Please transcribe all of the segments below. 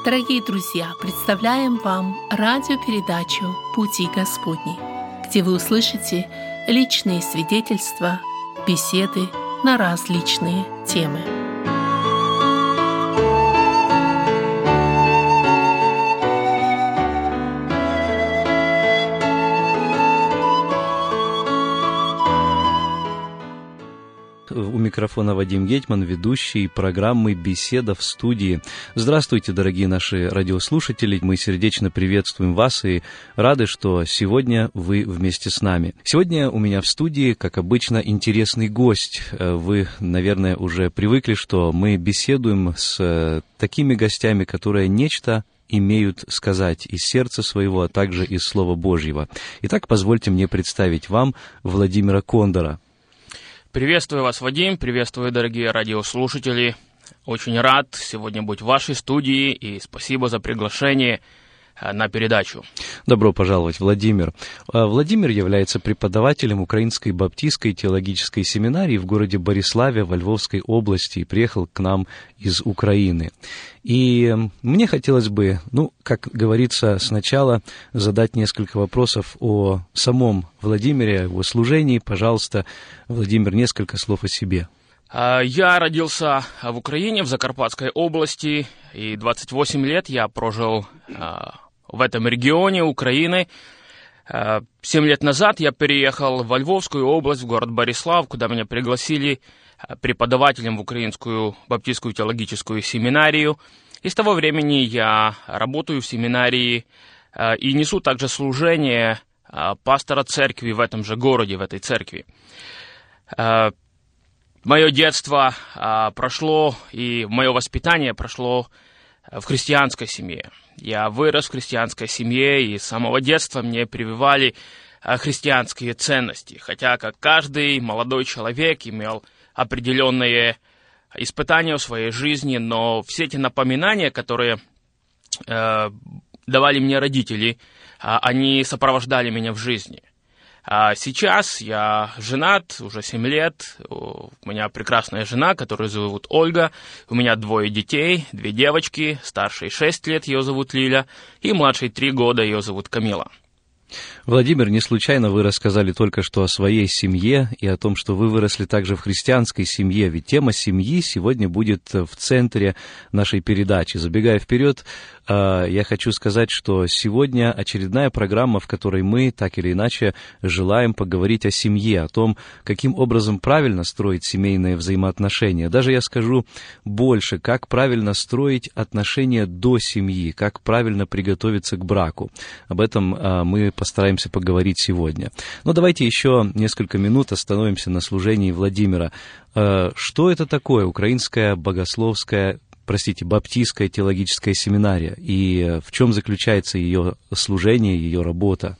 Дорогие друзья, представляем вам радиопередачу «Пути Господни», где вы услышите личные свидетельства, беседы на различные темы. У микрофона Вадим Гетман, ведущий программы «Беседа в студии». Здравствуйте, дорогие наши радиослушатели. Мы сердечно приветствуем вас и рады, что сегодня вы вместе с нами. Сегодня у меня в студии, как обычно, интересный гость. Вы, наверное, уже привыкли, что мы беседуем с такими гостями, которые нечто имеют сказать из сердца своего, а также из Слова Божьего. Итак, позвольте мне представить вам Владимира Кондора. Приветствую вас, Вадим, приветствую, дорогие радиослушатели. Очень рад сегодня быть в вашей студии, и спасибо за приглашение на передачу. Добро пожаловать, Владимир. Владимир является преподавателем Украинской баптистской теологической семинарии в городе Бориславе во Львовской области и приехал к нам из Украины. И мне хотелось бы, как говорится, сначала задать несколько вопросов о самом Владимире, о его служении. Пожалуйста, Владимир, несколько слов о себе. Я родился в Украине, в Закарпатской области, и 28 лет я прожил в этом регионе Украины. 7 лет назад я переехал во Львовскую область, в город Борислав, куда меня пригласили преподавателем в Украинскую баптистскую теологическую семинарию. И с того времени я работаю в семинарии и несу также служение пастора церкви в этом же городе, в этой церкви. Мое детство прошло, и мое воспитание прошло в христианской семье. Я вырос в христианской семье, и с самого детства мне прививали христианские ценности. Хотя, как каждый молодой человек, имел определенные испытания в своей жизни, но все эти напоминания, которые давали мне родители, они сопровождали меня в жизни. А сейчас я женат уже 7 лет, у меня прекрасная жена, которую зовут Ольга, у меня 2 детей, 2 девочки, старшей 6 лет, ее зовут Лиля, и младшей 3 года, ее зовут Камила. Владимир, не случайно вы рассказали только что о своей семье и о том, что вы выросли также в христианской семье, ведь тема семьи сегодня будет в центре нашей передачи. Забегая вперед, я хочу сказать, что сегодня очередная программа, в которой мы так или иначе желаем поговорить о семье, о том, каким образом правильно строить семейные взаимоотношения. Даже я скажу больше, как правильно строить отношения до семьи, как правильно приготовиться к браку. Об этом мы постараемся поговорить сегодня. Но давайте еще несколько минут остановимся на служении Владимира. Что это такое украинская баптистская теологическая семинария, и в чем заключается ее служение, ее работа?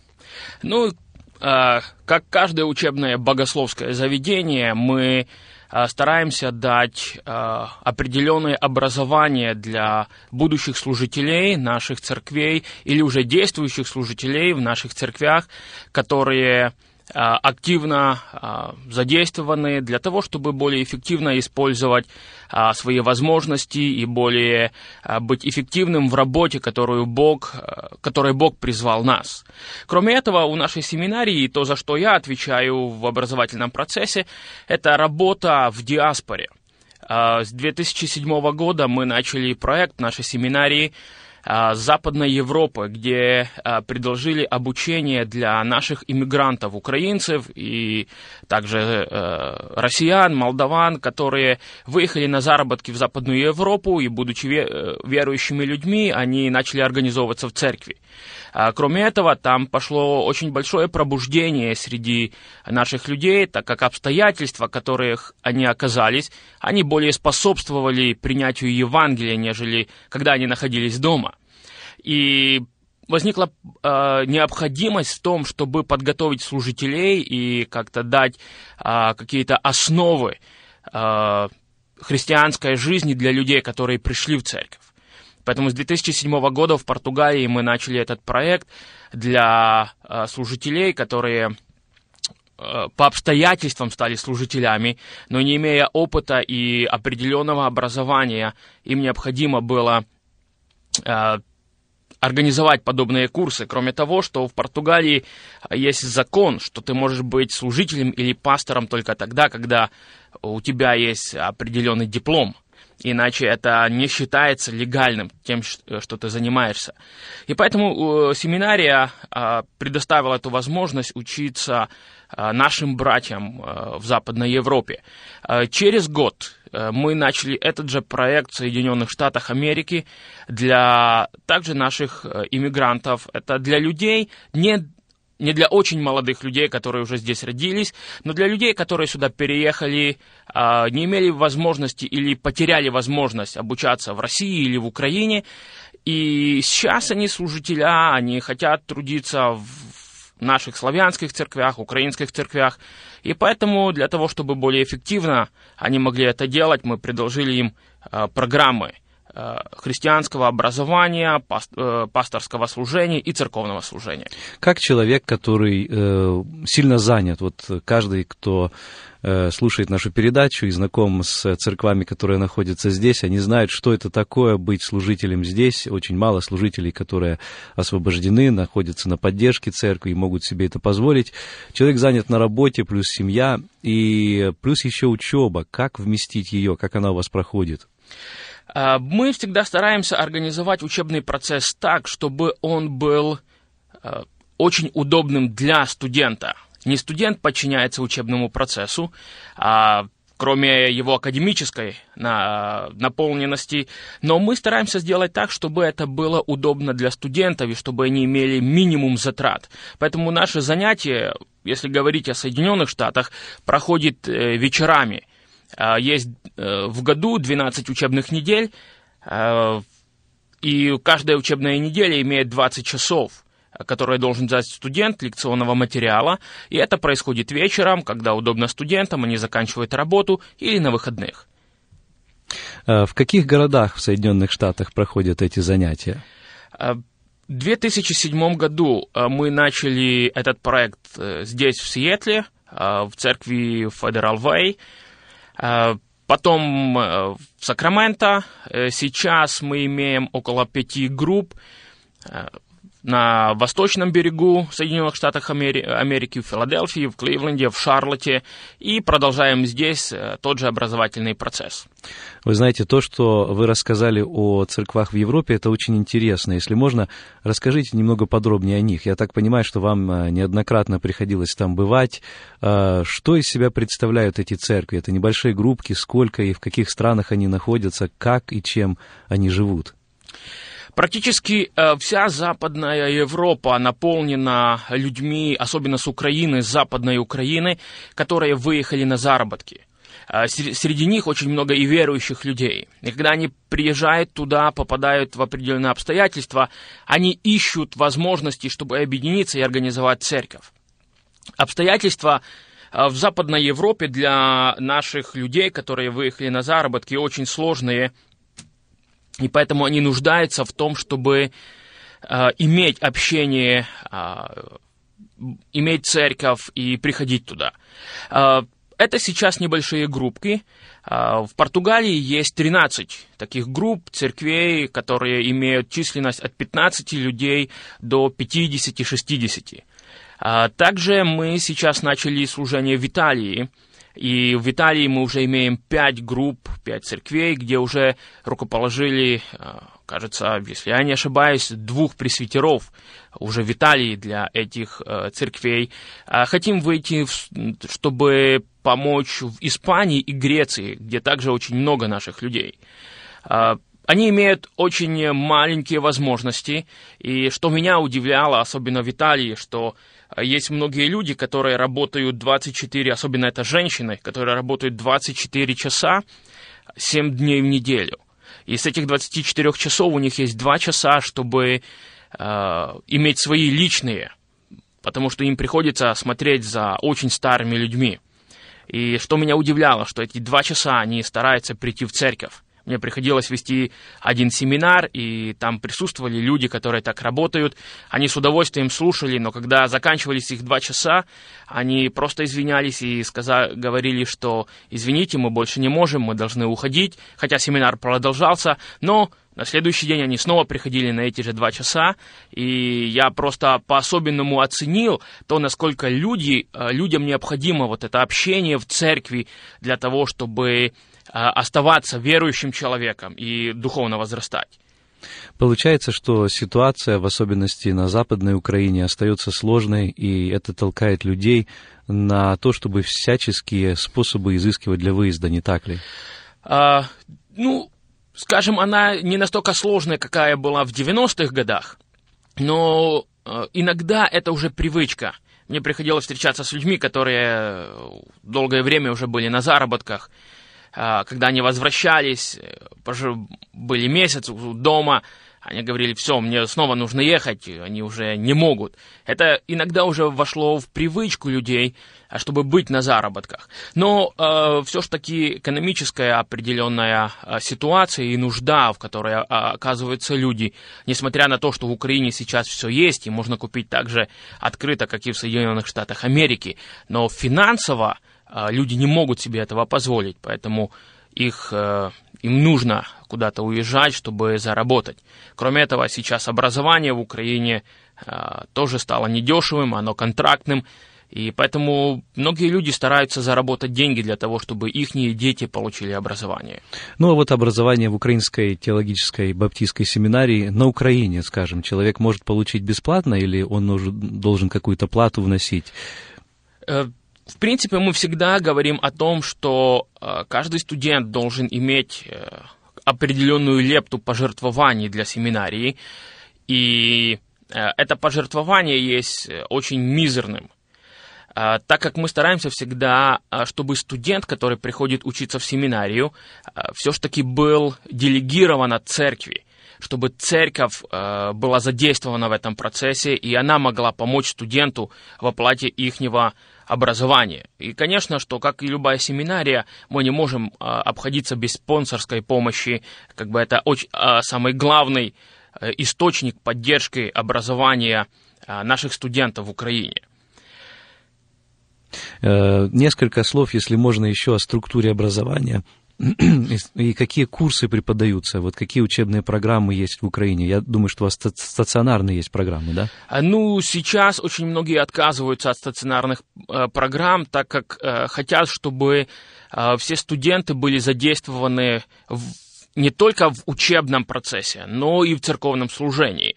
Как каждое учебное богословское заведение, мы стараемся дать определенное образование для будущих служителей наших церквей или уже действующих служителей в наших церквях, которые активно задействованы для того, чтобы более эффективно использовать свои возможности и более быть эффективным в работе, которой Бог призвал нас. Кроме этого, у нашей семинарии, то, за что я отвечаю в образовательном процессе, это работа в диаспоре. С 2007 года мы начали проект нашей семинарии Западной Европы, где предложили обучение для наших иммигрантов, украинцев и также россиян, молдаван, которые выехали на заработки в Западную Европу и, будучи верующими людьми, они начали организовываться в церкви. Кроме этого, там пошло очень большое пробуждение среди наших людей, так как обстоятельства, в которых они оказались, они более способствовали принятию Евангелия, нежели когда они находились дома. И возникла необходимость в том, чтобы подготовить служителей и как-то дать какие-то основы христианской жизни для людей, которые пришли в церковь. Поэтому с 2007 года в Португалии мы начали этот проект для служителей, которые по обстоятельствам стали служителями, но не имея опыта и определенного образования, им необходимо было организовать подобные курсы. Кроме того, что в Португалии есть закон, что ты можешь быть служителем или пастором только тогда, когда у тебя есть определенный диплом. Иначе это не считается легальным тем, что ты занимаешься. И поэтому семинария предоставила эту возможность учиться нашим братьям в Западной Европе. Через год мы начали этот же проект в Соединенных Штатах Америки для также наших иммигрантов. Это для людей, не для очень молодых людей, которые уже здесь родились, но для людей, которые сюда переехали, не имели возможности или потеряли возможность обучаться в России или в Украине. И сейчас они служителя, они хотят трудиться в наших славянских церквях, украинских церквях. И поэтому для того, чтобы более эффективно они могли это делать, мы предложили им программы христианского образования, пасторского служения и церковного служения. Как человек, который сильно занят, вот каждый, кто слушает нашу передачу и знаком с церквами, которые находятся здесь, они знают, что это такое быть служителем здесь. Очень мало служителей, которые освобождены, находятся на поддержке церкви и могут себе это позволить. Человек занят на работе, плюс семья, и плюс еще учеба. Как вместить ее, как она у вас проходит? Мы всегда стараемся организовать учебный процесс так, чтобы он был очень удобным для студента. Не студент подчиняется учебному процессу, кроме его академической наполненности, но мы стараемся сделать так, чтобы это было удобно для студентов и чтобы они имели минимум затрат. Поэтому наши занятия, если говорить о Соединенных Штатах, проходят вечерами. Есть в году 12 учебных недель, и каждая учебная неделя имеет 20 часов, которые должен дать студент лекционного материала, и это происходит вечером, когда удобно студентам, они заканчивают работу, или на выходных. В каких городах в Соединенных Штатах проходят эти занятия? В 2007 году мы начали этот проект здесь, в Сиэтле, в церкви Federal Way, потом в Сакраменто. Сейчас мы имеем около 5 групп на восточном берегу Соединенных Штатов Америки, в Филадельфии, в Кливленде, в Шарлотте, и продолжаем здесь тот же образовательный процесс. Вы знаете, то, что вы рассказали о церквах в Европе, это очень интересно. Если можно, расскажите немного подробнее о них. Я так понимаю, что вам неоднократно приходилось там бывать. Что из себя представляют эти церкви? Это небольшие группки, сколько и в каких странах они находятся, как и чем они живут? Практически вся Западная Европа наполнена людьми, особенно с Украины, с Западной Украины, которые выехали на заработки. Среди них очень много и верующих людей. И когда они приезжают туда, попадают в определенные обстоятельства, они ищут возможности, чтобы объединиться и организовать церковь. Обстоятельства в Западной Европе для наших людей, которые выехали на заработки, очень сложные. И поэтому они нуждаются в том, чтобы иметь общение, иметь церковь и приходить туда. Это сейчас небольшие группки. В Португалии есть 13 таких групп, церквей, которые имеют численность от 15 людей до 50-60. Также мы сейчас начали служение в Италии. И в Италии мы уже имеем 5 групп, 5 церквей, где уже рукоположили, кажется, если я не ошибаюсь, 2 пресвитеров уже в Италии для этих церквей. Хотим выйти, чтобы помочь в Испании и Греции, где также очень много наших людей. Они имеют очень маленькие возможности, и что меня удивляло, особенно в Италии, что есть многие люди, которые работают 24, особенно это женщины, которые работают 24 часа, 7 дней в неделю. И с этих 24 часов у них есть 2 часа, чтобы иметь свои личные, потому что им приходится смотреть за очень старыми людьми. И что меня удивляло, что эти 2 часа они стараются прийти в церковь. Мне приходилось вести один семинар, и там присутствовали люди, которые так работают. Они с удовольствием слушали, но когда заканчивались их 2 часа, они просто извинялись и говорили, что «извините, мы больше не можем, мы должны уходить», хотя семинар продолжался, но на следующий день они снова приходили на эти же 2 часа, и я просто по-особенному оценил то, насколько людям необходимо вот это общение в церкви для того, чтобы оставаться верующим человеком и духовно возрастать. Получается, что ситуация, в особенности на Западной Украине, остается сложной, и это толкает людей на то, чтобы всяческие способы изыскивать для выезда, не так ли? Скажем, она не настолько сложная, какая была в 90-х годах, но иногда это уже привычка. Мне приходилось встречаться с людьми, которые долгое время уже были на заработках. Когда они возвращались, были месяц дома, они говорили, все, мне снова нужно ехать, они уже не могут. Это иногда уже вошло в привычку людей, чтобы быть на заработках. Но все ж таки экономическая определенная ситуация и нужда, в которой оказываются люди, несмотря на то, что в Украине сейчас все есть, и можно купить так же открыто, как и в Соединенных Штатах Америки, но финансово люди не могут себе этого позволить, поэтому им нужно куда-то уезжать, чтобы заработать. Кроме этого, сейчас образование в Украине тоже стало недешевым, оно контрактным, и поэтому многие люди стараются заработать деньги для того, чтобы их дети получили образование. Ну, а вот образование в Украинской теологической баптистской семинарии на Украине, скажем, человек может получить бесплатно или он должен какую-то плату вносить? В принципе, мы всегда говорим о том, что каждый студент должен иметь определенную лепту пожертвований для семинарии, и это пожертвование есть очень мизерным, так как мы стараемся всегда, чтобы студент, который приходит учиться в семинарию, все-таки был делегирован от церкви, чтобы церковь была задействована в этом процессе, и она могла помочь студенту в оплате ихнего образования. И, конечно, что, как и любая семинария, мы не можем обходиться без спонсорской помощи. Это самый главный источник поддержки образования наших студентов в Украине. Несколько слов, если можно, еще о структуре образования. И какие курсы преподаются, вот какие учебные программы есть в Украине? Я думаю, что у вас стационарные есть программы, да? Сейчас очень многие отказываются от стационарных программ, так как хотят, чтобы все студенты были задействованы не только в учебном процессе, но и в церковном служении.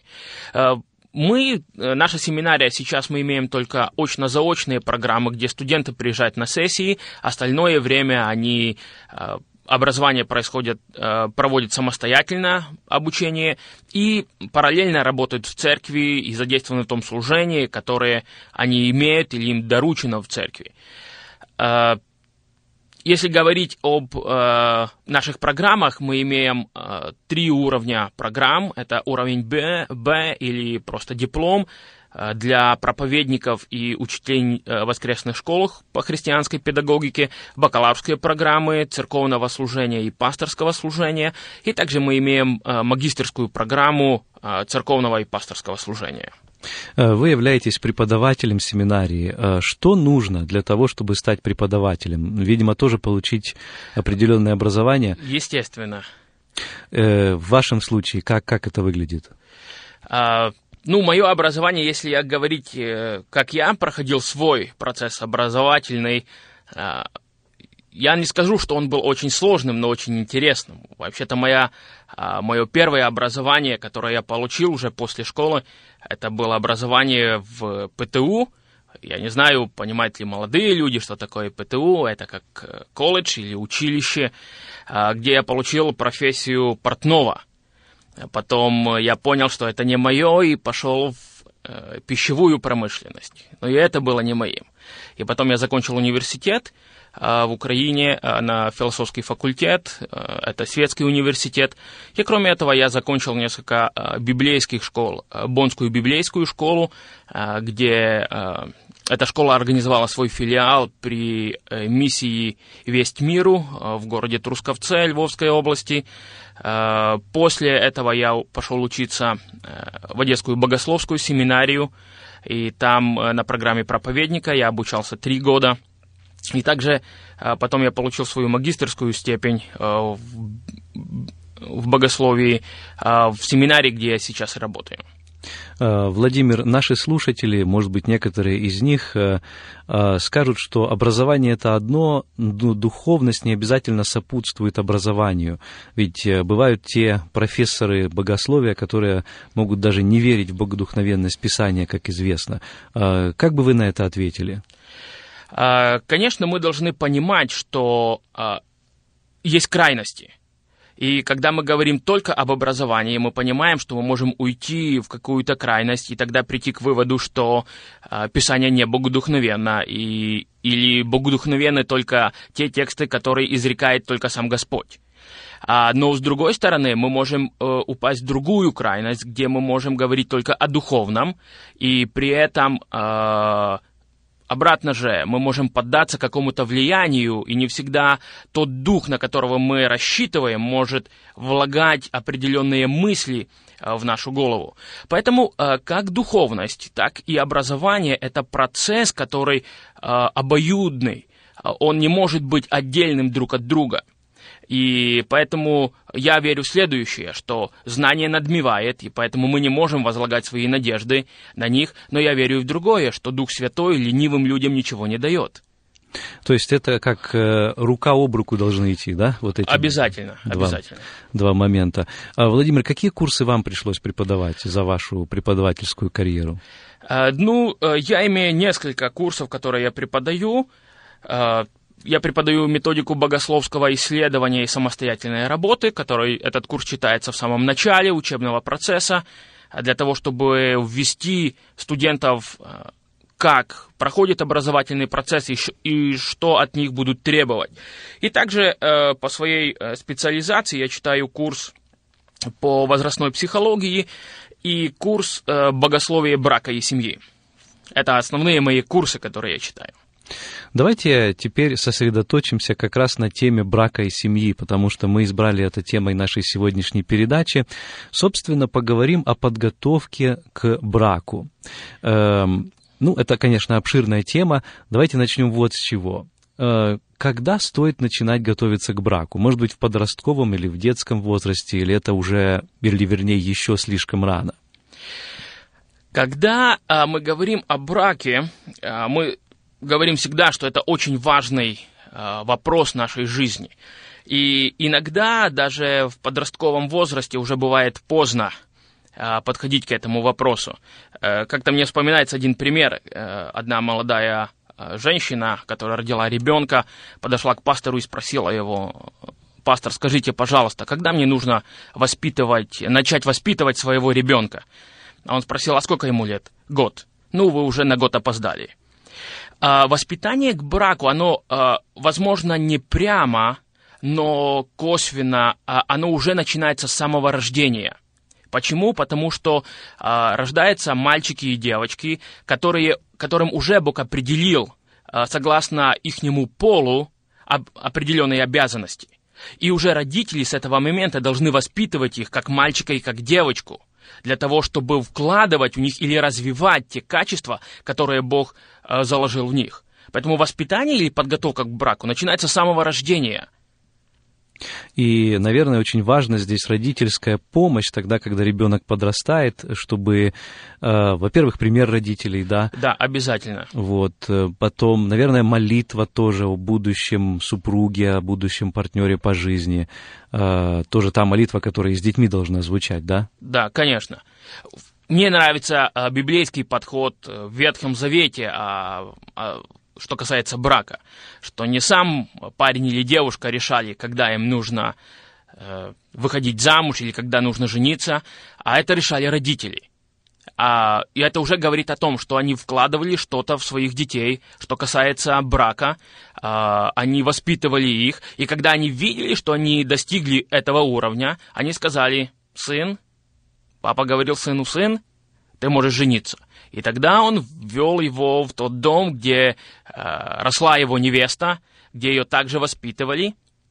Наша семинария, сейчас мы имеем только очно-заочные программы, где студенты приезжают на сессии, остальное время образование проводит самостоятельно обучение и параллельно работают в церкви и задействованы в том служении, которое они имеют или им доручено в церкви. Если говорить об наших программах, мы имеем 3 уровня программ. Это уровень Б или просто диплом для проповедников и учителей в воскресных школах по христианской педагогике, бакалаврские программы церковного служения и пасторского служения. И также мы имеем магистерскую программу церковного и пасторского служения. Вы являетесь преподавателем семинарии. Что нужно для того, чтобы стать преподавателем? Видимо, тоже получить определенное образование. Естественно. В вашем случае, как это выглядит? Мое образование, если говорить, как я проходил свой процесс образовательный, я не скажу, что он был очень сложным, но очень интересным. Вообще-то мое первое образование, которое я получил уже после школы, это было образование в ПТУ. Я не знаю, понимают ли молодые люди, что такое ПТУ. Это как колледж или училище, где я получил профессию портного. Потом я понял, что это не мое, и пошел в пищевую промышленность. Но и это было не моим. И потом я закончил университет в Украине на философский факультет, это светский университет. И кроме этого я закончил несколько библейских школ. Боннскую библейскую школу, где эта школа организовала свой филиал при миссии «Весть миру» в городе Трусковце Львовской области. После этого я пошел учиться в Одесскую богословскую семинарию, и там на программе проповедника я обучался 3 года. И также потом я получил свою магистерскую степень в богословии в семинарии, где я сейчас работаю. Владимир, наши слушатели, может быть, некоторые из них скажут, что образование — это одно, но духовность не обязательно сопутствует образованию. Ведь бывают те профессоры богословия, которые могут даже не верить в богодухновенность Писания, как известно. Как бы вы на это ответили? Конечно, мы должны понимать, что есть крайности. И когда мы говорим только об образовании, мы понимаем, что мы можем уйти в какую-то крайность и тогда прийти к выводу, что Писание не богодухновенно, или богодухновенны только те тексты, которые изрекает только сам Господь. Но, с другой стороны, мы можем упасть в другую крайность, где мы можем говорить только о духовном, и при этом... Обратно же, мы можем поддаться какому-то влиянию, и не всегда тот дух, на которого мы рассчитываем, может влагать определенные мысли в нашу голову. Поэтому как духовность, так и образование — это процесс, который обоюдный. Он не может быть отдельным друг от друга. И поэтому я верю в следующее, что знание надмевает, и поэтому мы не можем возлагать свои надежды на них, но я верю и в другое, что Дух Святой ленивым людям ничего не дает. То есть это как рука об руку должны идти, да? Вот эти обязательно. Два момента. Владимир, какие курсы вам пришлось преподавать за вашу преподавательскую карьеру? Я имею несколько курсов, которые я преподаю. Я преподаю методику богословского исследования и самостоятельной работы, этот курс читается в самом начале учебного процесса, для того, чтобы ввести студентов, как проходит образовательный процесс и что от них будут требовать. И также по своей специализации я читаю курс по возрастной психологии и курс богословия брака и семьи. Это основные мои курсы, которые я читаю. Давайте теперь сосредоточимся как раз на теме брака и семьи, потому что мы избрали это темой нашей сегодняшней передачи. Собственно, поговорим о подготовке к браку. Это, конечно, обширная тема. Давайте начнем вот с чего. Когда стоит начинать готовиться к браку? Может быть, в подростковом или в детском возрасте, или это уже, или вернее, еще слишком рано? Когда мы говорим о браке, мы говорим всегда, что это очень важный вопрос нашей жизни. И иногда даже в подростковом возрасте уже бывает поздно подходить к этому вопросу. Как-то мне вспоминается один пример. Одна молодая женщина, которая родила ребенка, подошла к пастору и спросила его: «Пастор, скажите, пожалуйста, когда мне нужно начать воспитывать своего ребенка?» А он спросил: «А сколько ему лет?» «Год». «Ну, вы уже на год опоздали». Воспитание к браку, оно, возможно, не прямо, но косвенно, оно уже начинается с самого рождения. Почему? Потому что рождаются мальчики и девочки, которым уже Бог определил, согласно ихнему полу, определенные обязанности. И уже родители с этого момента должны воспитывать их как мальчика и как девочку, для того, чтобы вкладывать в них или развивать те качества, которые Бог заложил в них. Поэтому воспитание или подготовка к браку начинается с самого рождения. И, наверное, очень важна здесь родительская помощь тогда, когда ребенок подрастает, чтобы, во-первых, пример родителей, да? Да, обязательно. Потом, наверное, молитва тоже о будущем супруге, о будущем партнере по жизни. Тоже та молитва, которая с детьми должна звучать, да? Да, конечно. Мне нравится библейский подход в Ветхом Завете, что касается брака, что не сам парень или девушка решали, когда им нужно выходить замуж или когда нужно жениться, а это решали родители. И это уже говорит о том, что они вкладывали что-то в своих детей, что касается брака, они воспитывали их, и когда они видели, что они достигли этого уровня, они сказали: «Сын, папа говорил сыну: сын, ты можешь жениться». И тогда он ввел его в тот дом, где росла его невеста, где ее также воспитывали,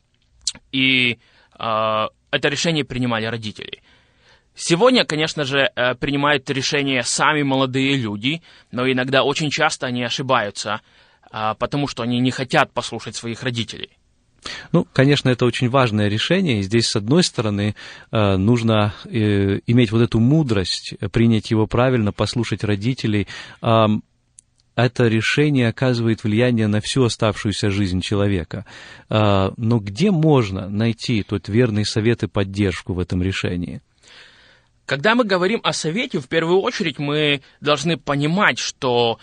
и это решение принимали родители. Сегодня, конечно же, принимают решения сами молодые люди, но иногда очень часто они ошибаются, потому что они не хотят послушать своих родителей. Ну, конечно, это очень важное решение, и здесь, с одной стороны, нужно иметь вот эту мудрость, принять его правильно, послушать родителей. Это решение оказывает влияние на всю оставшуюся жизнь человека. Но где можно найти тот верный совет и поддержку в этом решении? Когда мы говорим о совете, в первую очередь мы должны понимать, что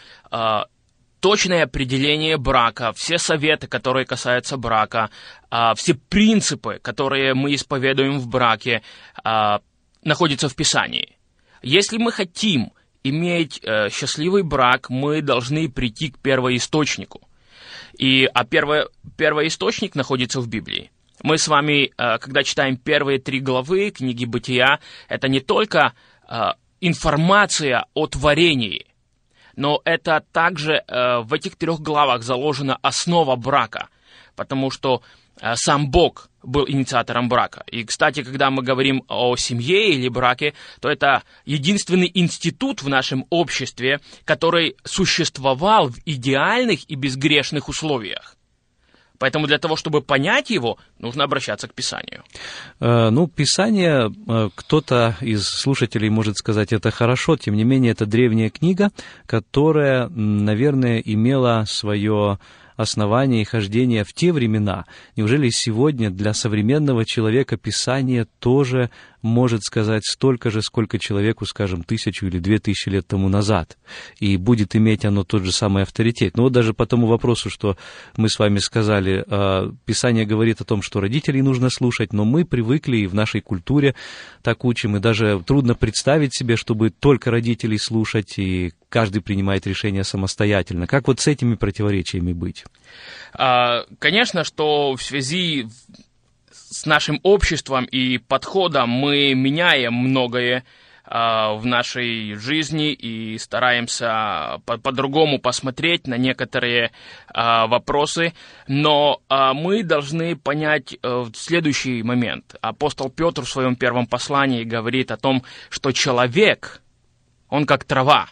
точное определение брака, все советы, которые касаются брака, все принципы, которые мы исповедуем в браке, находятся в Писании. Если мы хотим иметь счастливый брак, мы должны прийти к первоисточнику. А первоисточник находится в Библии. Мы с вами, когда читаем первые 3 главы книги Бытия, это не только информация о творении, но это также в этих 3 главах заложена основа брака, потому что сам Бог был инициатором брака. И, кстати, когда мы говорим о семье или браке, то это единственный институт в нашем обществе, который существовал в идеальных и безгрешных условиях. Поэтому для того, чтобы понять его, нужно обращаться к Писанию. Ну, Писание, кто-то из слушателей может сказать, это хорошо, тем не менее, это древняя книга, которая, наверное, имела свое основание и хождение в те времена. Неужели сегодня для современного человека Писание тоже может сказать столько же, сколько человеку, скажем, 1000 или 2000 лет тому назад, и будет иметь оно тот же самый авторитет? Ну вот даже по тому вопросу, что мы с вами сказали, Писание говорит о том, что родителей нужно слушать, но мы привыкли и в нашей культуре так учим, и даже трудно представить себе, чтобы только родителей слушать, и каждый принимает решение самостоятельно. Как вот с этими противоречиями быть? Конечно, что в связи с нашим обществом и подходом мы меняем многое в нашей жизни и стараемся по-другому посмотреть на некоторые вопросы, но мы должны понять следующий момент. Апостол Петр в своем первом послании говорит о том, что человек, он как трава,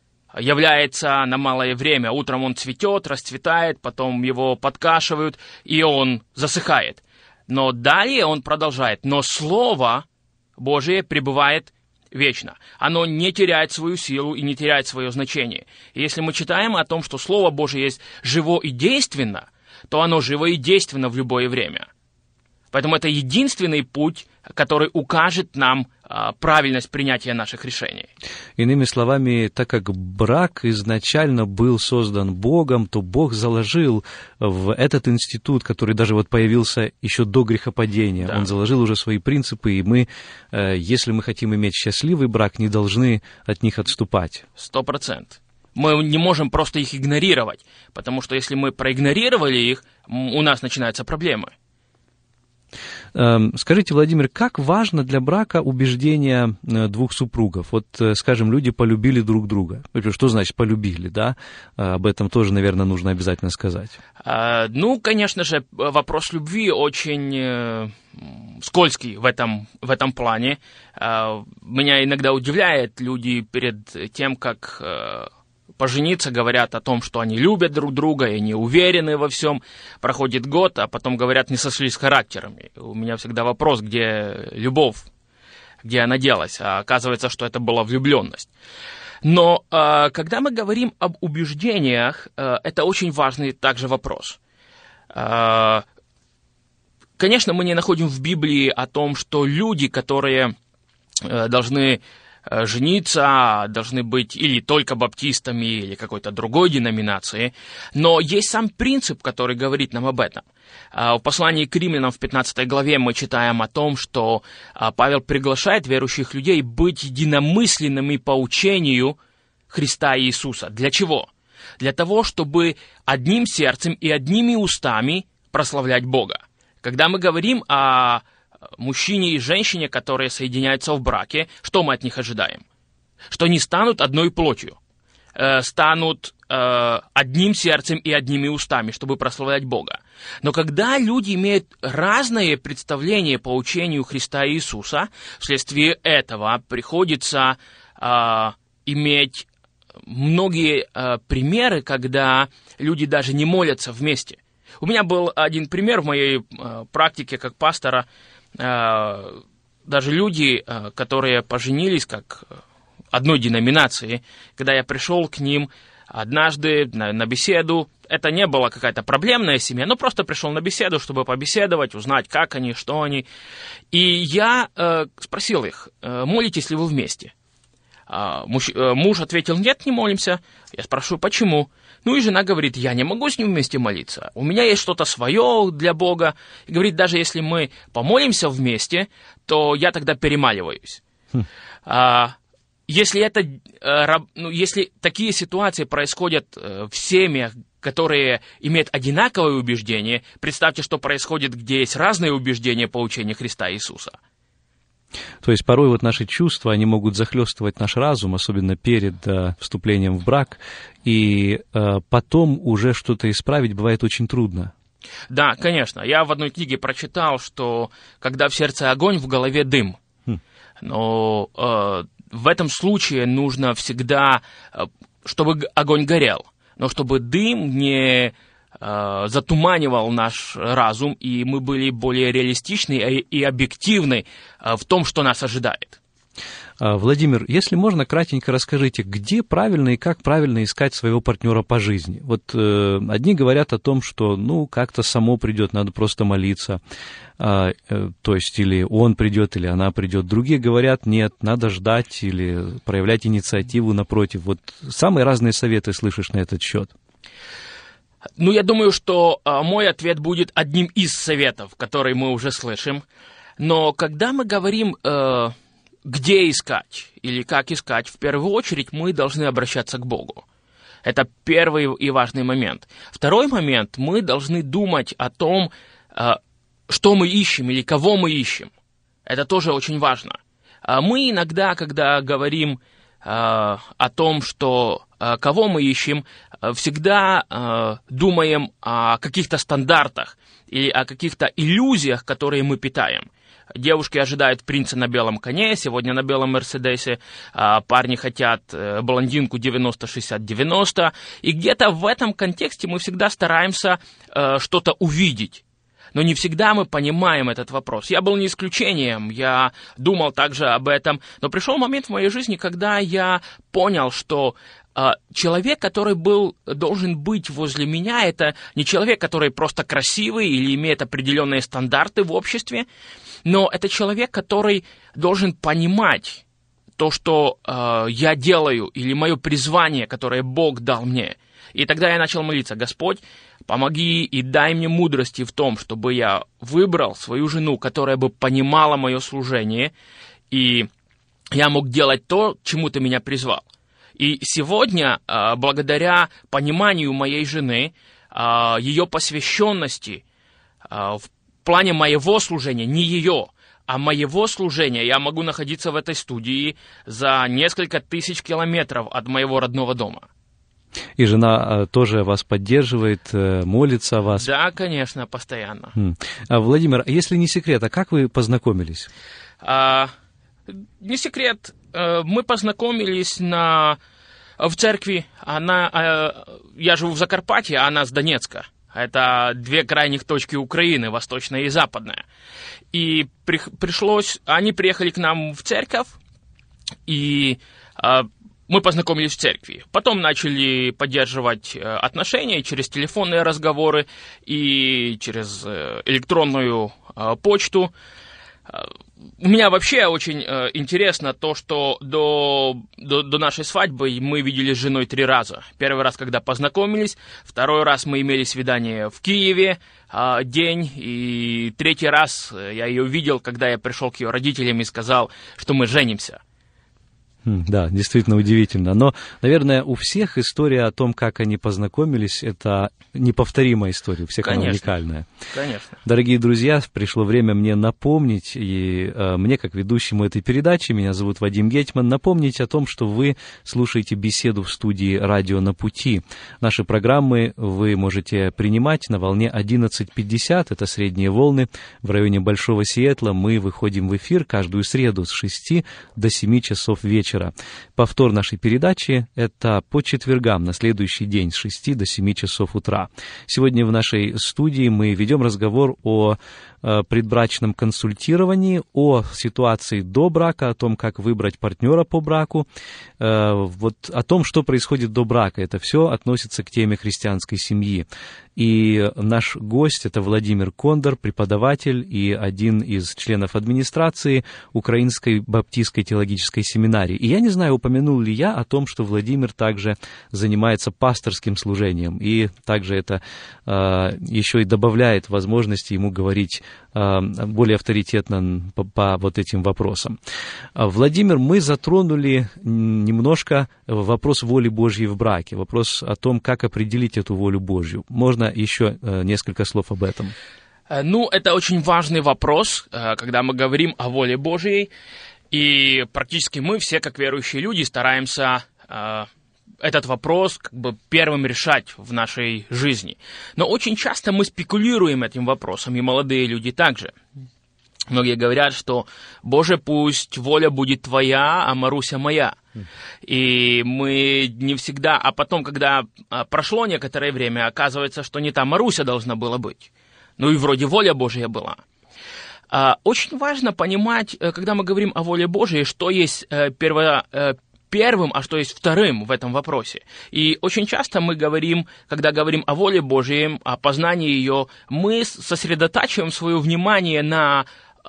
является на малое время. Утром он цветет, расцветает, потом его подкашивают, и он засыхает. Но далее он продолжает. Но Слово Божие пребывает вечно. Оно не теряет свою силу и не теряет свое значение. И если мы читаем о том, что Слово Божие есть живо и действенно, то оно живо и действенно в любое время. Поэтому это единственный путь, который укажет нам правильность принятия наших решений. Иными словами, так как брак изначально был создан Богом, то Бог заложил в этот институт, который даже вот появился еще до грехопадения, Он заложил уже свои принципы, и мы, если мы хотим иметь счастливый брак, не должны от них отступать. 100%. Мы не можем просто их игнорировать, потому что если мы проигнорировали их, у нас начинаются проблемы. Скажите, Владимир, как важно для брака убеждение 2 супругов? Вот, скажем, люди полюбили друг друга. Что значит полюбили, да? Об этом тоже, наверное, нужно обязательно сказать. Ну, конечно же, вопрос любви очень скользкий в этом плане. Меня иногда удивляет, люди перед тем, как пожениться, говорят о том, что они любят друг друга, и они уверены во всем. Проходит год, а потом говорят, не сошлись характерами. У меня всегда вопрос, где любовь, где она делась. А оказывается, что это была влюбленность. Но когда мы говорим об убеждениях, это очень важный также вопрос. Конечно, мы не находим в Библии о том, что люди, которые должны жениться, должны быть или только баптистами, или какой-то другой деноминации, но есть сам принцип, который говорит нам об этом. В послании к Римлянам в 15 главе мы читаем о том, что Павел приглашает верующих людей быть единомысленными по учению Христа Иисуса. Для чего? Для того, чтобы одним сердцем и одними устами прославлять Бога. Когда мы говорим о мужчине и женщине, которые соединяются в браке, что мы от них ожидаем? Что они станут одной плотью. станут одним сердцем и одними устами, чтобы прославлять Бога. Но когда люди имеют разные представления по учению Христа Иисуса, вследствие этого приходится иметь многие примеры, когда люди даже не молятся вместе. У меня был один пример в моей практике как пастора. Даже люди, которые поженились как одной деноминации, когда я пришел к ним однажды на беседу, это не была какая-то проблемная семья, но просто пришел на беседу, чтобы побеседовать, узнать, как они, что они. И я спросил их, молитесь ли вы вместе? Муж ответил, нет, не молимся. Я спрашиваю, почему? Ну и жена говорит, я не могу с ним вместе молиться. У меня есть что-то свое для Бога. И говорит, даже если мы помолимся вместе, то я тогда перемаливаюсь. Если такие ситуации происходят в семьях, которые имеют одинаковые убеждения, представьте, что происходит, где есть разные убеждения по учению Христа Иисуса. То есть порой вот наши чувства, они могут захлестывать наш разум, особенно перед вступлением в брак, и потом уже что-то исправить бывает очень трудно. Да, конечно. Я в одной книге прочитал, что когда в сердце огонь, в голове дым. Но в этом случае нужно всегда, чтобы огонь горел, но чтобы дым не затуманивал наш разум, и мы были более реалистичны и объективны в том, что нас ожидает. Владимир, если можно, кратенько расскажите, где правильно и как правильно искать своего партнера по жизни? Вот одни говорят о том, что, как-то само придет, надо просто молиться, то есть или он придет, или она придет. Другие говорят, нет, надо ждать или проявлять инициативу напротив. Вот самые разные советы слышишь на этот счет. Я думаю, что мой ответ будет одним из советов, которые мы уже слышим. Но когда мы говорим, где искать или как искать, в первую очередь мы должны обращаться к Богу. Это первый и важный момент. Второй момент, мы должны думать о том, что мы ищем или кого мы ищем. Это тоже очень важно. Мы иногда, когда говорим о том, что кого мы ищем, всегда думаем о каких-то стандартах или о каких-то иллюзиях, которые мы питаем. Девушки ожидают принца на белом коне, сегодня на белом Мерседесе, парни хотят блондинку 90-60-90, и где-то в этом контексте мы всегда стараемся что-то увидеть. Но не всегда мы понимаем этот вопрос. Я был не исключением, я думал также об этом, но пришел момент в моей жизни, когда я понял, что человек, который должен быть возле меня, это не человек, который просто красивый или имеет определенные стандарты в обществе, но это человек, который должен понимать то, что я делаю, или мое призвание, которое Бог дал мне. И тогда я начал молиться: Господь, помоги и дай мне мудрости в том, чтобы я выбрал свою жену, которая бы понимала мое служение, и я мог делать то, чему Ты меня призвал. И сегодня, благодаря пониманию моей жены, ее посвященности в плане моего служения, не ее, а моего служения, я могу находиться в этой студии за несколько тысяч километров от моего родного дома. И жена тоже вас поддерживает, молится о вас? Да, конечно, постоянно. Владимир, если не секрет, а как вы познакомились? Не секрет, мы познакомились в церкви. Я живу в Закарпатье, а она с Донецка. Это две крайних точки Украины, восточная и западная. И они приехали к нам в церковь, и мы познакомились в церкви. Потом начали поддерживать отношения через телефонные разговоры и через электронную почту. У меня вообще очень интересно то, что до нашей свадьбы мы виделись с женой 3 раза. Первый раз, когда познакомились, второй раз мы имели свидание в Киеве день, и 3-й раз я ее видел, когда я пришел к ее родителям и сказал, что мы женимся. Да, действительно удивительно. Но, наверное, у всех история о том, как они познакомились, это неповторимая история, у всех она уникальная. Конечно. Дорогие друзья, пришло время мне напомнить, и мне, как ведущему этой передачи, меня зовут Вадим Гетман, напомнить о том, что вы слушаете беседу в студии «Радио на пути». Наши программы вы можете принимать на волне 11:50, это средние волны, в районе Большого Сиэтла. Мы выходим в эфир каждую среду с 6 до 7 часов вечера. Повтор нашей передачи — это по четвергам, на следующий день с 6 до 7 часов утра. Сегодня в нашей студии мы ведем разговор о предбрачном консультировании, о ситуации до брака, о том, как выбрать партнера по браку, вот о том, что происходит до брака. Это все относится к теме христианской семьи. И наш гость — это Владимир Кондор, преподаватель и один из членов администрации Украинской Баптистской теологической семинарии. И я не знаю, упомянул ли я о том, что Владимир также занимается пасторским служением, и также это еще и добавляет возможности ему говорить более авторитетно по вот этим вопросам. Владимир, мы затронули немножко вопрос воли Божьей в браке, вопрос о том, как определить эту волю Божью. Можно еще несколько слов об этом? Это очень важный вопрос, когда мы говорим о воле Божьей, и практически мы все, как верующие люди, стараемся этот вопрос первым решать в нашей жизни. Но очень часто мы спекулируем этим вопросом, и молодые люди также. Многие говорят, что «Боже, пусть воля будет Твоя, а Маруся моя». И мы не всегда... А потом, когда прошло некоторое время, оказывается, что не та Маруся должна была быть. И вроде воля Божья была. Очень важно понимать, когда мы говорим о воле Божьей, что есть первым, а что есть вторым в этом вопросе. И очень часто мы говорим, когда говорим о воле Божьей, о познании ее, мы сосредотачиваем свое внимание на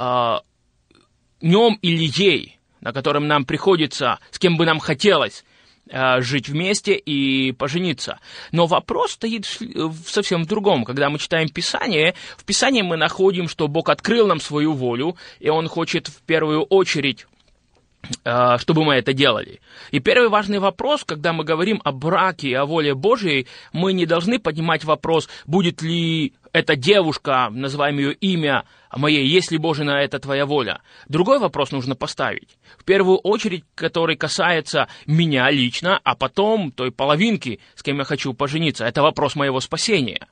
нем или ей, на котором нам приходится, с кем бы нам хотелось жить вместе и пожениться. Но вопрос стоит совсем в другом. Когда мы читаем Писание, в Писании мы находим, что Бог открыл нам свою волю, и Он хочет в первую очередь, чтобы мы это делали. И первый важный вопрос, когда мы говорим о браке и о воле Божьей, мы не должны поднимать вопрос, будет ли эта девушка, называем ее имя моей, есть ли, Боже, на это Твоя воля. Другой вопрос нужно поставить. В первую очередь, который касается меня лично, а потом той половинки, с кем я хочу пожениться. Это вопрос моего спасения.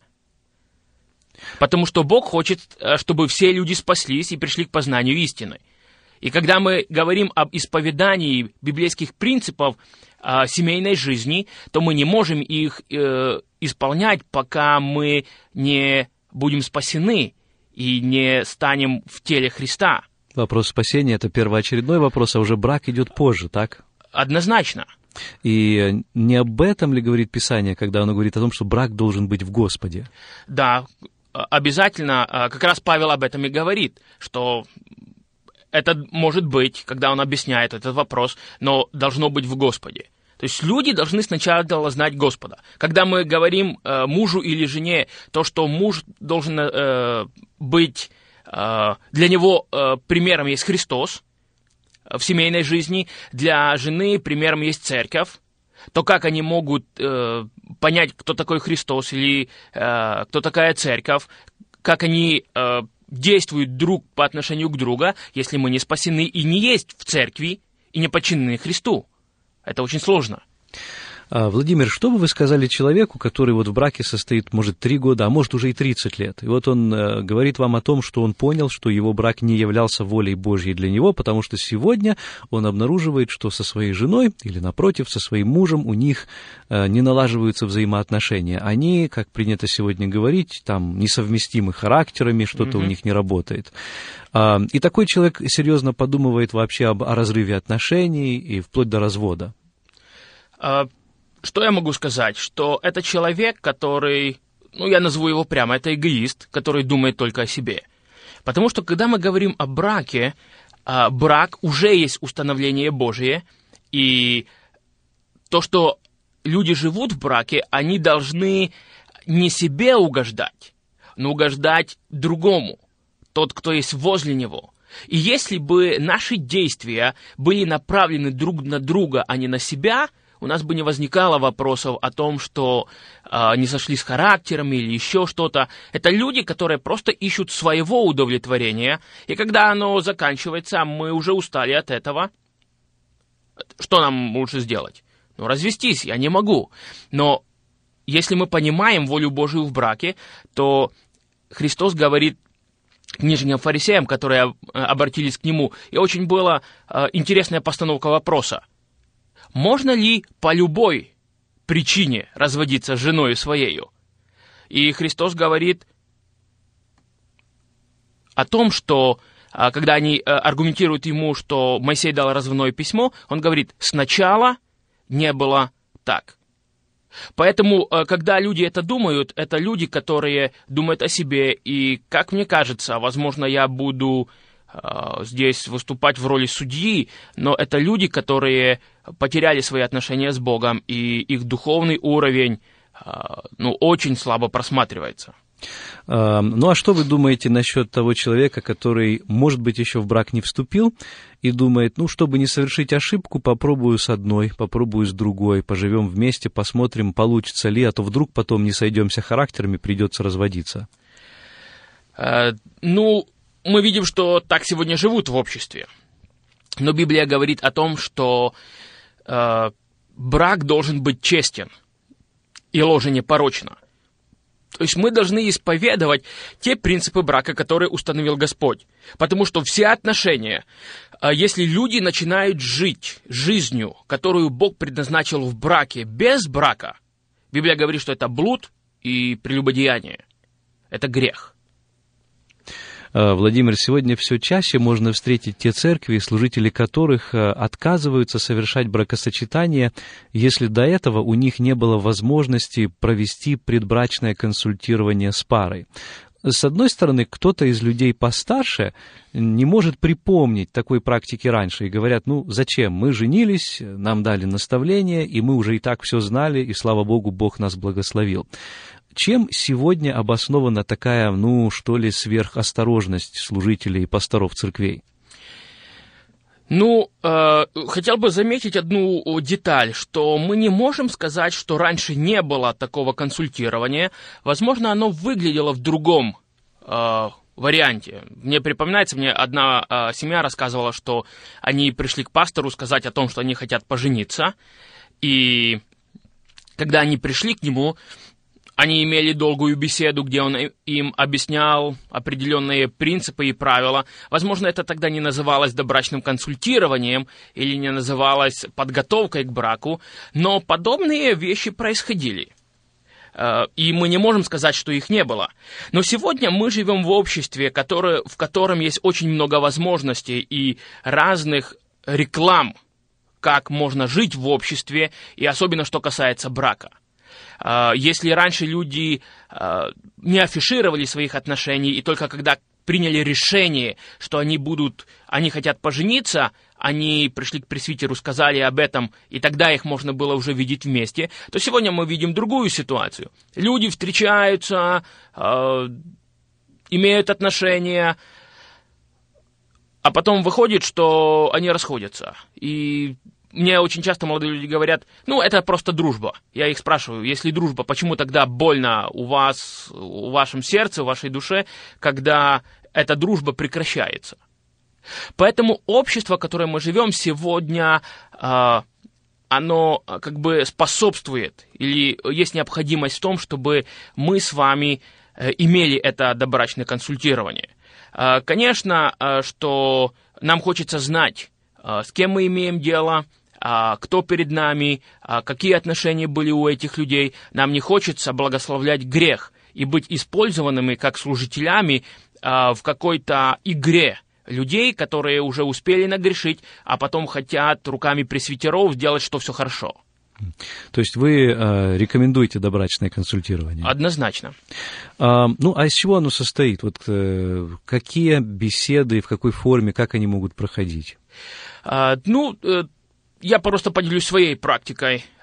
Потому что Бог хочет, чтобы все люди спаслись и пришли к познанию истины. И когда мы говорим об исповедании библейских принципов семейной жизни, то мы не можем их исполнять, пока мы не будем спасены и не станем в теле Христа. Вопрос спасения — это первоочередной вопрос, а уже брак идет позже, так? Однозначно. И не об этом ли говорит Писание, когда оно говорит о том, что брак должен быть в Господе? Да, обязательно. Как раз Павел об этом и говорит, что это может быть, когда он объясняет этот вопрос, но должно быть в Господе. То есть люди должны сначала знать Господа. Когда мы говорим мужу или жене, то, что муж должен быть, для него примером есть Христос в семейной жизни, для жены примером есть церковь, то как они могут понять, кто такой Христос или кто такая церковь, как они действуют друг по отношению к другу, если мы не спасены и не есть в церкви, и не подчинены Христу. Это очень сложно. Владимир, что бы вы сказали человеку, который в браке состоит, может, 3 года, а может, уже и 30 лет, и он говорит вам о том, что он понял, что его брак не являлся волей Божьей для него, потому что сегодня он обнаруживает, что со своей женой, или, напротив, со своим мужем у них не налаживаются взаимоотношения. Они, как принято сегодня говорить, там, несовместимы характерами, что-то у них не работает. И такой человек серьезно подумывает вообще о разрыве отношений и вплоть до развода. Что я могу сказать? Что это человек, который, я назову его прямо, это эгоист, который думает только о себе. Потому что, когда мы говорим о браке, брак уже есть установление Божие, и то, что люди живут в браке, они должны не себе угождать, но угождать другому, тот, кто есть возле него. И если бы наши действия были направлены друг на друга, а не на себя, у нас бы не возникало вопросов о том, что не сошли с характерами или еще что-то. Это люди, которые просто ищут своего удовлетворения, и когда оно заканчивается, мы уже устали от этого. Что нам лучше сделать? Ну, развестись я не могу. Но если мы понимаем волю Божию в браке, то Христос говорит книжникам фарисеям, которые обратились к Нему, и очень была интересная постановка вопроса. Можно ли по любой причине разводиться с женой своею? И Христос говорит о том, что когда они аргументируют ему, что Моисей дал разводное письмо, он говорит, сначала не было так. Поэтому, когда люди это думают, это люди, которые думают о себе, и, как мне кажется, возможно, я буду здесь выступать в роли судьи, но это люди, которые потеряли свои отношения с Богом, и их духовный уровень, очень слабо просматривается. Ну, а что вы думаете насчет того человека, который, может быть, еще в брак не вступил и думает, чтобы не совершить ошибку, попробую с одной, попробую с другой, поживем вместе, посмотрим, получится ли, а то вдруг потом не сойдемся характерами, придется разводиться? Мы видим, что так сегодня живут в обществе. Но Библия говорит о том, что брак должен быть честен и ложе непорочно. То есть мы должны исповедовать те принципы брака, которые установил Господь. Потому что все отношения, если люди начинают жить жизнью, которую Бог предназначил в браке, без брака, Библия говорит, что это блуд и прелюбодеяние. Это грех. Владимир, сегодня все чаще можно встретить те церкви, служители которых отказываются совершать бракосочетание, если до этого у них не было возможности провести предбрачное консультирование с парой. С одной стороны, кто-то из людей постарше не может припомнить такой практики раньше и говорят, зачем, мы женились, нам дали наставление, и мы уже и так все знали, и, слава Богу, Бог нас благословил. Чем сегодня обоснована такая, сверхосторожность служителей и пасторов церквей? Хотел бы заметить одну деталь, что мы не можем сказать, что раньше не было такого консультирования. Возможно, оно выглядело в другом варианте. Мне припоминается, одна семья рассказывала, что они пришли к пастору сказать о том, что они хотят пожениться. И когда они пришли к нему, они имели долгую беседу, где он им объяснял определенные принципы и правила. Возможно, это тогда не называлось добрачным консультированием или не называлось подготовкой к браку, но подобные вещи происходили. И мы не можем сказать, что их не было. Но сегодня мы живем в обществе, в котором есть очень много возможностей и разных реклам, как можно жить в обществе, и особенно что касается брака. Если раньше люди не афишировали своих отношений, и только когда приняли решение, что они хотят пожениться, они пришли к пресвитеру, сказали об этом, и тогда их можно было уже видеть вместе, то сегодня мы видим другую ситуацию. Люди встречаются, имеют отношения, а потом выходит, что они расходятся. И мне очень часто молодые люди говорят, это просто дружба. Я их спрашиваю, если дружба, почему тогда больно у вас, в вашем сердце, в вашей душе, когда эта дружба прекращается? Поэтому общество, в котором мы живем сегодня, оно способствует, или есть необходимость в том, чтобы мы с вами имели это добрачное консультирование. Конечно, что нам хочется знать, с кем мы имеем дело, кто перед нами, какие отношения были у этих людей. Нам не хочется благословлять грех и быть использованными как служителями в какой-то игре людей, которые уже успели нагрешить, а потом хотят руками пресвитеров сделать, что все хорошо. То есть вы рекомендуете добрачное консультирование? Однозначно. А из чего оно состоит? Какие беседы, в какой форме, как они могут проходить? Я просто поделюсь своей практикой.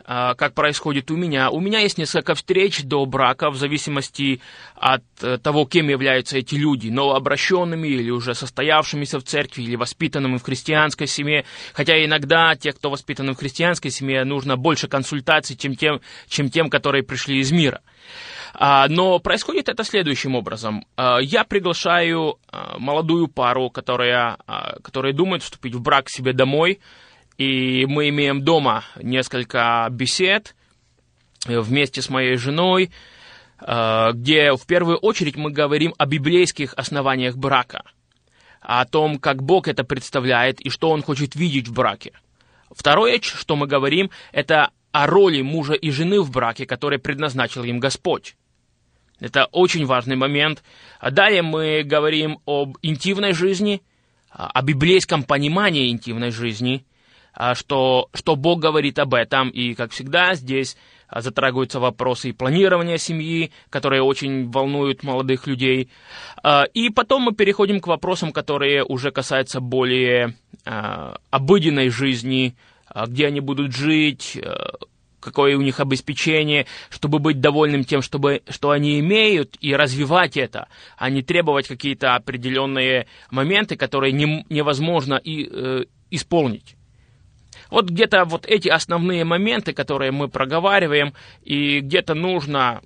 как происходит у меня. У меня есть несколько встреч до брака, в зависимости от того, кем являются эти люди, новообращенными или уже состоявшимися в церкви, или воспитанными в христианской семье. Хотя иногда те, кто воспитаны в христианской семье, нужно больше консультаций, чем тем, которые пришли из мира. Но происходит это следующим образом. Я приглашаю молодую пару, которые думают вступить в брак к себе домой, и мы имеем дома несколько бесед вместе с моей женой, где в первую очередь мы говорим о библейских основаниях брака, о том, как Бог это представляет и что Он хочет видеть в браке. Второе, что мы говорим, это о роли мужа и жены в браке, который предназначил им Господь. Это очень важный момент. Далее мы говорим об интимной жизни, о библейском понимании интимной жизни, что Бог говорит об этом. И, как всегда, здесь затрагиваются вопросы и планирования семьи, которые очень волнуют молодых людей. И потом мы переходим к вопросам, которые уже касаются более обыденной жизни, где они будут жить, какое у них обеспечение, чтобы быть довольным тем, что они имеют, и развивать это, а не требовать какие-то определенные моменты, которые невозможно исполнить. Вот где-то вот эти основные моменты, которые мы проговариваем, и где-то нужно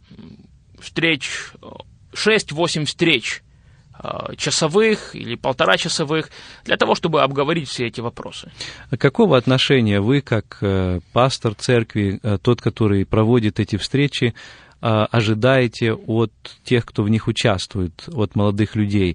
6-8 встреч часовых или 1,5-часовых для того, чтобы обговорить все эти вопросы. А какого отношения вы, как пастор церкви, тот, который проводит эти встречи, ожидаете от тех, кто в них участвует, от молодых людей?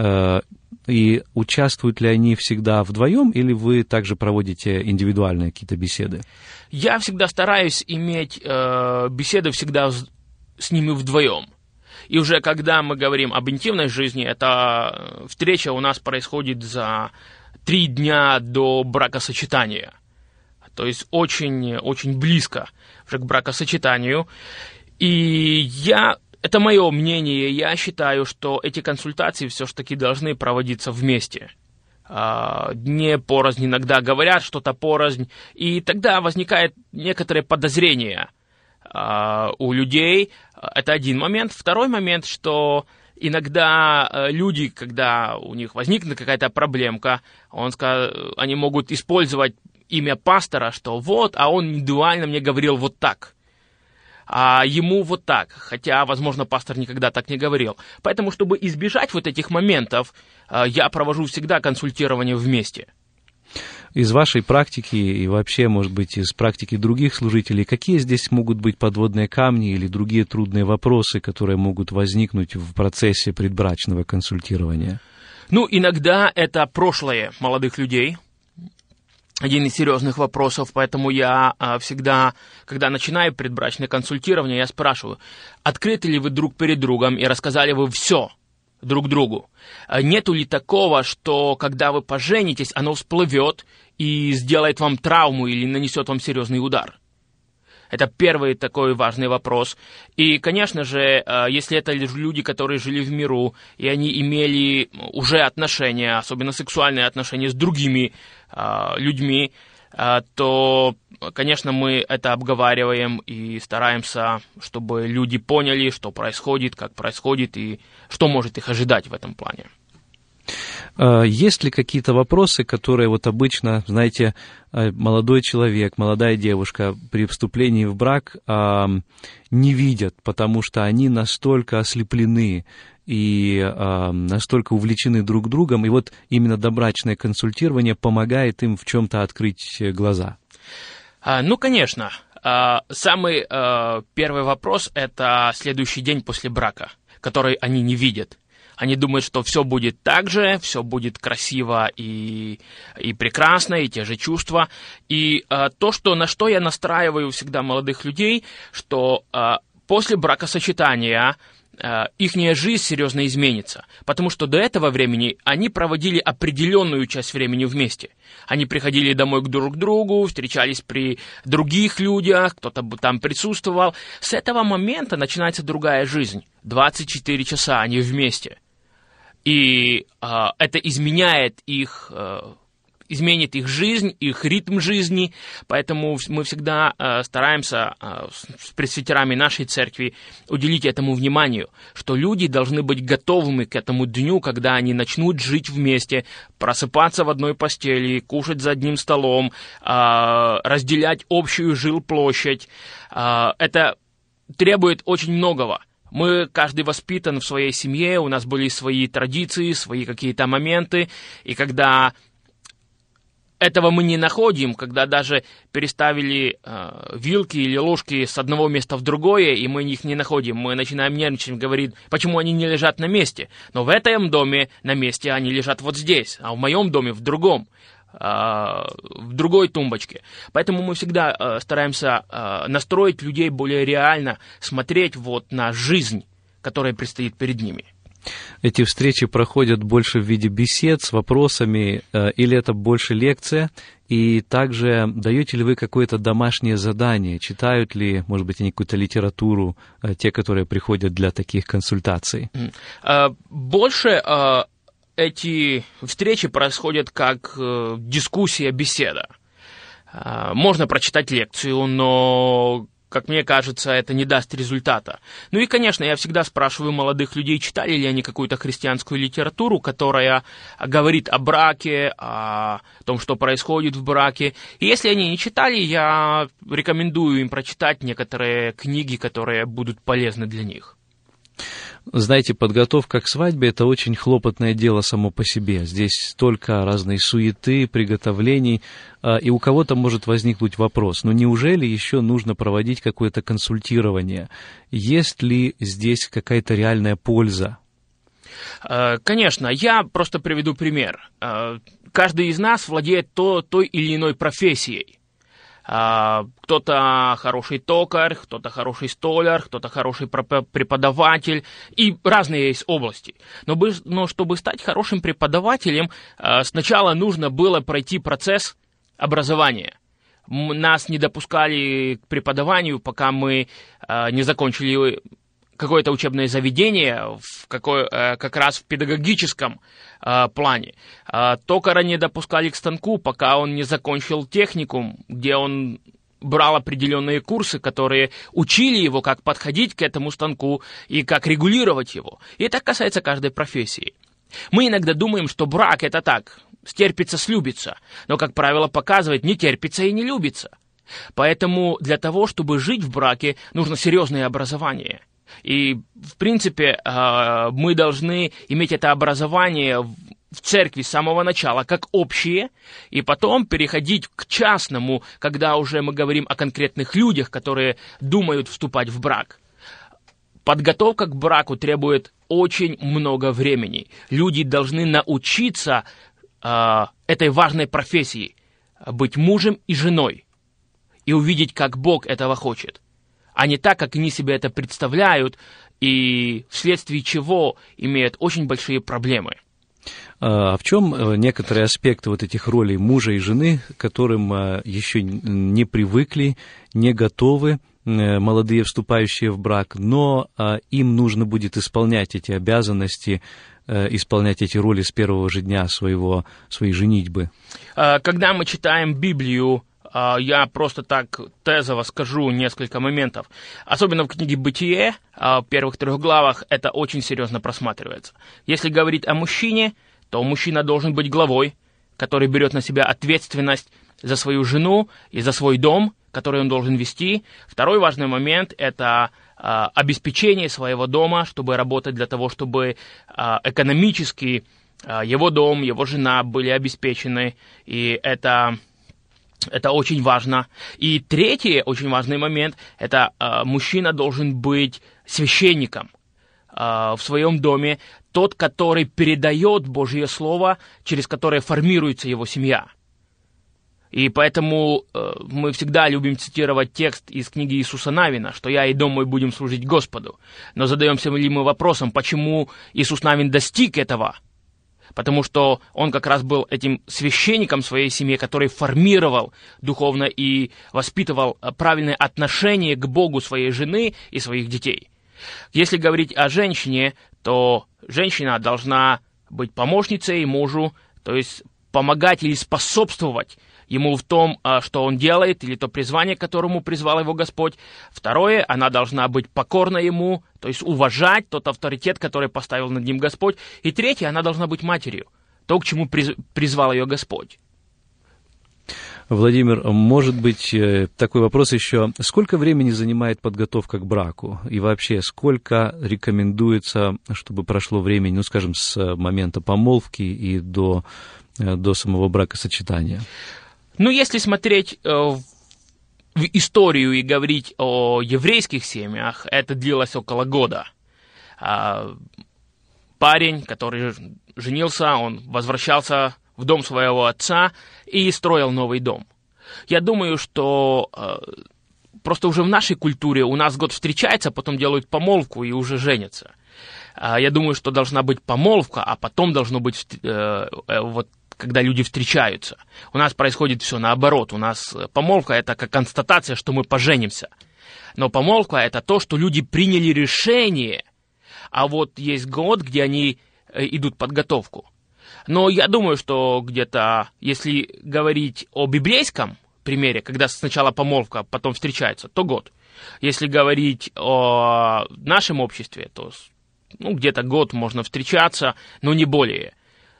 И участвуют ли они всегда вдвоем, или вы также проводите индивидуальные какие-то беседы? Я всегда стараюсь иметь беседы всегда с ними вдвоем. И уже когда мы говорим об интимной жизни, эта встреча у нас происходит за 3 дня до бракосочетания. То есть очень, очень близко уже к бракосочетанию. И это мое мнение, я считаю, что эти консультации все-таки должны проводиться вместе. Не порознь, иногда говорят что-то порознь, и тогда возникает некоторое подозрение у людей. Это один момент. Второй момент, что иногда люди, когда у них возникнет какая-то проблемка, они могут использовать имя пастора, что вот, а он индивидуально мне говорил вот так, а ему вот так, хотя, возможно, пастор никогда так не говорил. Поэтому, чтобы избежать вот этих моментов, я провожу всегда консультирование вместе. Из вашей практики и вообще, может быть, из практики других служителей, какие здесь могут быть подводные камни или другие трудные вопросы, которые могут возникнуть в процессе предбрачного консультирования? Иногда это прошлое молодых людей. Один из серьезных вопросов, поэтому я всегда, когда начинаю предбрачное консультирование, я спрашиваю, открыты ли вы друг перед другом и рассказали вы все друг другу? Нету ли такого, что когда вы поженитесь, оно всплывет и сделает вам травму или нанесет вам серьезный удар? Это первый такой важный вопрос. И, конечно же, если это люди, которые жили в миру, и они имели уже отношения, особенно сексуальные отношения с другими людьми, то, конечно, мы это обговариваем и стараемся, чтобы люди поняли, что происходит, как происходит и что может их ожидать в этом плане. Есть ли какие-то вопросы, которые вот обычно, знаете, молодой человек, молодая девушка при вступлении в брак не видят, потому что они настолько ослеплены и настолько увлечены друг другом, и вот именно добрачное консультирование помогает им в чем-то открыть глаза? Конечно. Самый первый вопрос – это следующий день после брака, который они не видят. Они думают, что все будет так же, все будет красиво и прекрасно, и те же чувства. И на что я настраиваю всегда молодых людей, что после бракосочетания их жизнь серьезно изменится. Потому что до этого времени они проводили определенную часть времени вместе. Они приходили домой друг к другу, встречались при других людях, кто-то там присутствовал. С этого момента начинается другая жизнь. 24 часа они вместе. И это изменяет их изменит их жизнь, их ритм жизни. Поэтому мы всегда стараемся с пресвитерами нашей церкви уделить этому вниманию, что люди должны быть готовыми к этому дню, когда они начнут жить вместе, просыпаться в одной постели, кушать за одним столом, разделять общую жилплощадь. Это требует очень многого. Мы, каждый воспитан в своей семье, у нас были свои традиции, свои какие-то моменты, и когда этого мы не находим, когда даже переставили вилки или ложки с одного места в другое, и мы их не находим, мы начинаем нервничать, говорить, почему они не лежат на месте. Но в этом доме на месте они лежат вот здесь, а в моем доме в другом, в другой тумбочке. Поэтому мы всегда стараемся настроить людей более реально, смотреть вот на жизнь, которая предстоит перед ними. Эти встречи проходят больше в виде бесед с вопросами, или это больше лекция? И также даете ли вы какое-то домашнее задание? Читают ли, может быть, они какую-то литературу, те, которые приходят для таких консультаций? Больше эти встречи происходят как дискуссия, беседа. Можно прочитать лекцию, но, как мне кажется, это не даст результата. Ну и, конечно, я всегда спрашиваю молодых людей, читали ли они какую-то христианскую литературу, которая говорит о браке, о том, что происходит в браке. И если они не читали, я рекомендую им прочитать некоторые книги, которые будут полезны для них. Знаете, подготовка к свадьбе – это очень хлопотное дело само по себе. Здесь столько разной суеты, приготовлений, и у кого-то может возникнуть вопрос, но неужели еще нужно проводить какое-то консультирование? Есть ли здесь какая-то реальная польза? Конечно, я просто приведу пример. Каждый из нас владеет той или иной профессией. Кто-то хороший токарь, кто-то хороший столяр, кто-то хороший преподаватель, и разные есть области. Но чтобы стать хорошим преподавателем, сначала нужно было пройти процесс образования. Нас не допускали к преподаванию, пока мы не закончили какое-то учебное заведение, как раз в педагогическом плане. Токаря не допускали к станку, пока он не закончил техникум, где он брал определенные курсы, которые учили его, как подходить к этому станку и как регулировать его. И это касается каждой профессии. Мы иногда думаем, что брак – это так, стерпится, слюбится, но, как правило, показывает, не терпится и не любится. Поэтому для того, чтобы жить в браке, нужно серьезное образование. И, в принципе, мы должны иметь это образование в церкви с самого начала, как общее, и потом переходить к частному, когда уже мы говорим о конкретных людях, которые думают вступать в брак. Подготовка к браку требует очень много времени. Люди должны научиться этой важной профессии, быть мужем и женой, и увидеть, как Бог этого хочет, а не так, как они себе это представляют, и вследствие чего имеют очень большие проблемы. А в чем некоторые аспекты вот этих ролей мужа и жены, к которым еще не привыкли, не готовы молодые, вступающие в брак, но им нужно будет исполнять эти обязанности, исполнять эти роли с первого же дня своей женитьбы? Когда мы читаем Библию, я просто так тезово скажу несколько моментов. Особенно в книге «Бытие», в первых 3 главах, это очень серьезно просматривается. Если говорить о мужчине, то мужчина должен быть главой, который берет на себя ответственность за свою жену и за свой дом, который он должен вести. Второй важный момент – это обеспечение своего дома, чтобы работать для того, чтобы экономически его дом, его жена были обеспечены, и это очень важно. И третий очень важный момент – это мужчина должен быть священником в своем доме, тот, который передает Божье Слово, через которое формируется его семья. И поэтому мы всегда любим цитировать текст из книги Иисуса Навина, что «Я и дом мой будем служить Господу». Но задаемся ли мы вопросом, почему Иисус Навин достиг этого? Потому что он как раз был этим священником своей семьи, который формировал духовно и воспитывал правильное отношение к Богу своей жены и своих детей. Если говорить о женщине, то женщина должна быть помощницей мужу, то есть помогать или способствовать ему в том, что он делает, или то призвание, к которому призвал его Господь. Второе, она должна быть покорна ему, то есть уважать тот авторитет, который поставил над ним Господь. И третье, она должна быть матерью, то, к чему призвал ее Господь. Владимир, может быть, такой вопрос еще. Сколько времени занимает подготовка к браку? И вообще, сколько рекомендуется, чтобы прошло времени, ну, скажем, с момента помолвки и до самого бракосочетания? Ну, если смотреть в историю и говорить о еврейских семьях, это длилось около года. Парень, который женился, он возвращался в дом своего отца и строил новый дом. Я думаю, что просто уже в нашей культуре у нас год встречается, потом делают помолвку и уже женятся. Я думаю, что должна быть помолвка, а потом должно быть вот когда люди встречаются. У нас происходит все наоборот. У нас помолвка – это как констатация, что мы поженимся. Но помолвка – это то, что люди приняли решение, а вот есть год, где они идут подготовку. Но я думаю, что где-то, если говорить о библейском примере, когда сначала помолвка, потом встречаются, то год. Если говорить о нашем обществе, то где-то год можно встречаться, но не более.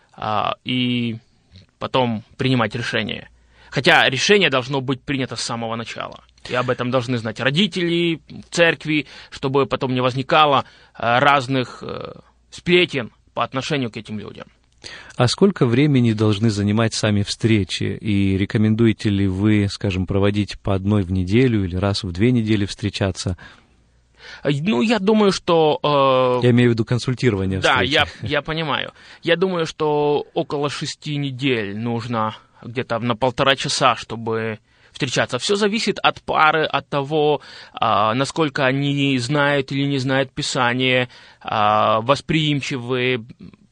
И потом принимать решение. Хотя решение должно быть принято с самого начала. И об этом должны знать родители, церкви, чтобы потом не возникало разных сплетен по отношению к этим людям. А сколько времени должны занимать сами встречи? И рекомендуете ли вы, скажем, проводить по одной в неделю или раз в 2 недели встречаться? Ну, я думаю, что... Я имею в виду консультирование встречи. Да, я понимаю. Я думаю, что около 6 недель нужно где-то на 1,5 часа, чтобы встречаться. Все зависит от пары, от того, насколько они знают или не знают Писание, восприимчивы.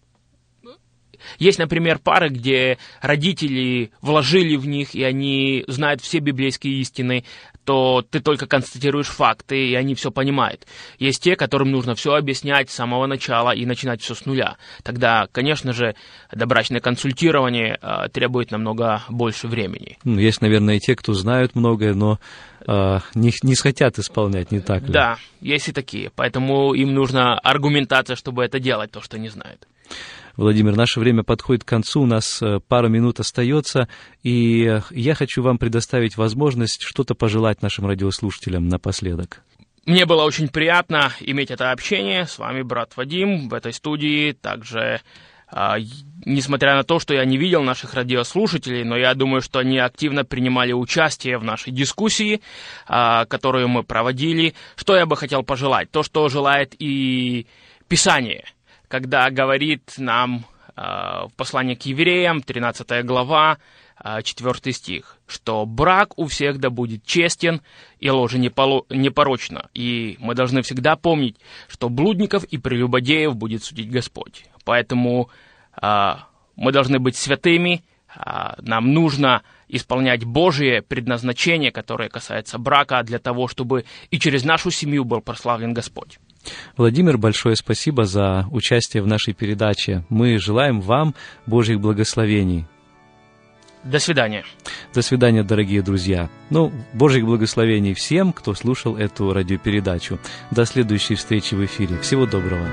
Есть, например, пары, где родители вложили в них, и они знают все библейские истины, то ты только констатируешь факты, и они все понимают. Есть те, которым нужно все объяснять с самого начала и начинать все с нуля. Тогда, конечно же, добрачное консультирование требует намного больше времени. Есть, наверное, и те, кто знают многое, но не хотят исполнять, не так ли? Да, есть и такие. Поэтому им нужна аргументация, чтобы это делать, то, что не знают. Владимир, наше время подходит к концу, у нас пару минут остается, и я хочу вам предоставить возможность что-то пожелать нашим радиослушателям напоследок. Мне было очень приятно иметь это общение с вами, брат Вадим, в этой студии. Также, несмотря на то, что я не видел наших радиослушателей, но я думаю, что они активно принимали участие в нашей дискуссии, которую мы проводили. Что я бы хотел пожелать? То, что желает и Писание, когда говорит нам в послании к евреям, 13 глава, 4 стих, что брак у всех да будет честен и ложа непорочна. И мы должны всегда помнить, что блудников и прелюбодеев будет судить Господь. Поэтому мы должны быть святыми, нам нужно исполнять Божие предназначение, которое касается брака, для того, чтобы и через нашу семью был прославлен Господь. Владимир, большое спасибо за участие в нашей передаче. Мы желаем вам Божьих благословений. До свидания. До свидания, дорогие друзья. Божьих благословений всем, кто слушал эту радиопередачу. До следующей встречи в эфире. Всего доброго.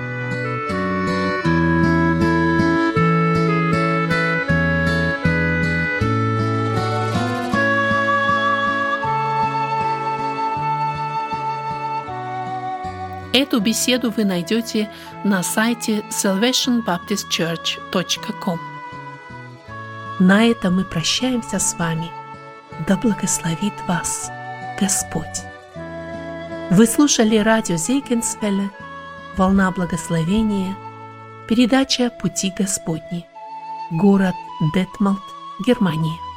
Эту беседу вы найдете на сайте salvationbaptistchurch.com. На этом мы прощаемся с вами. Да благословит вас Господь. Вы слушали радио Зейгенсвелле, «Волна благословения», передача «Пути Господни», город Детмолд, Германия.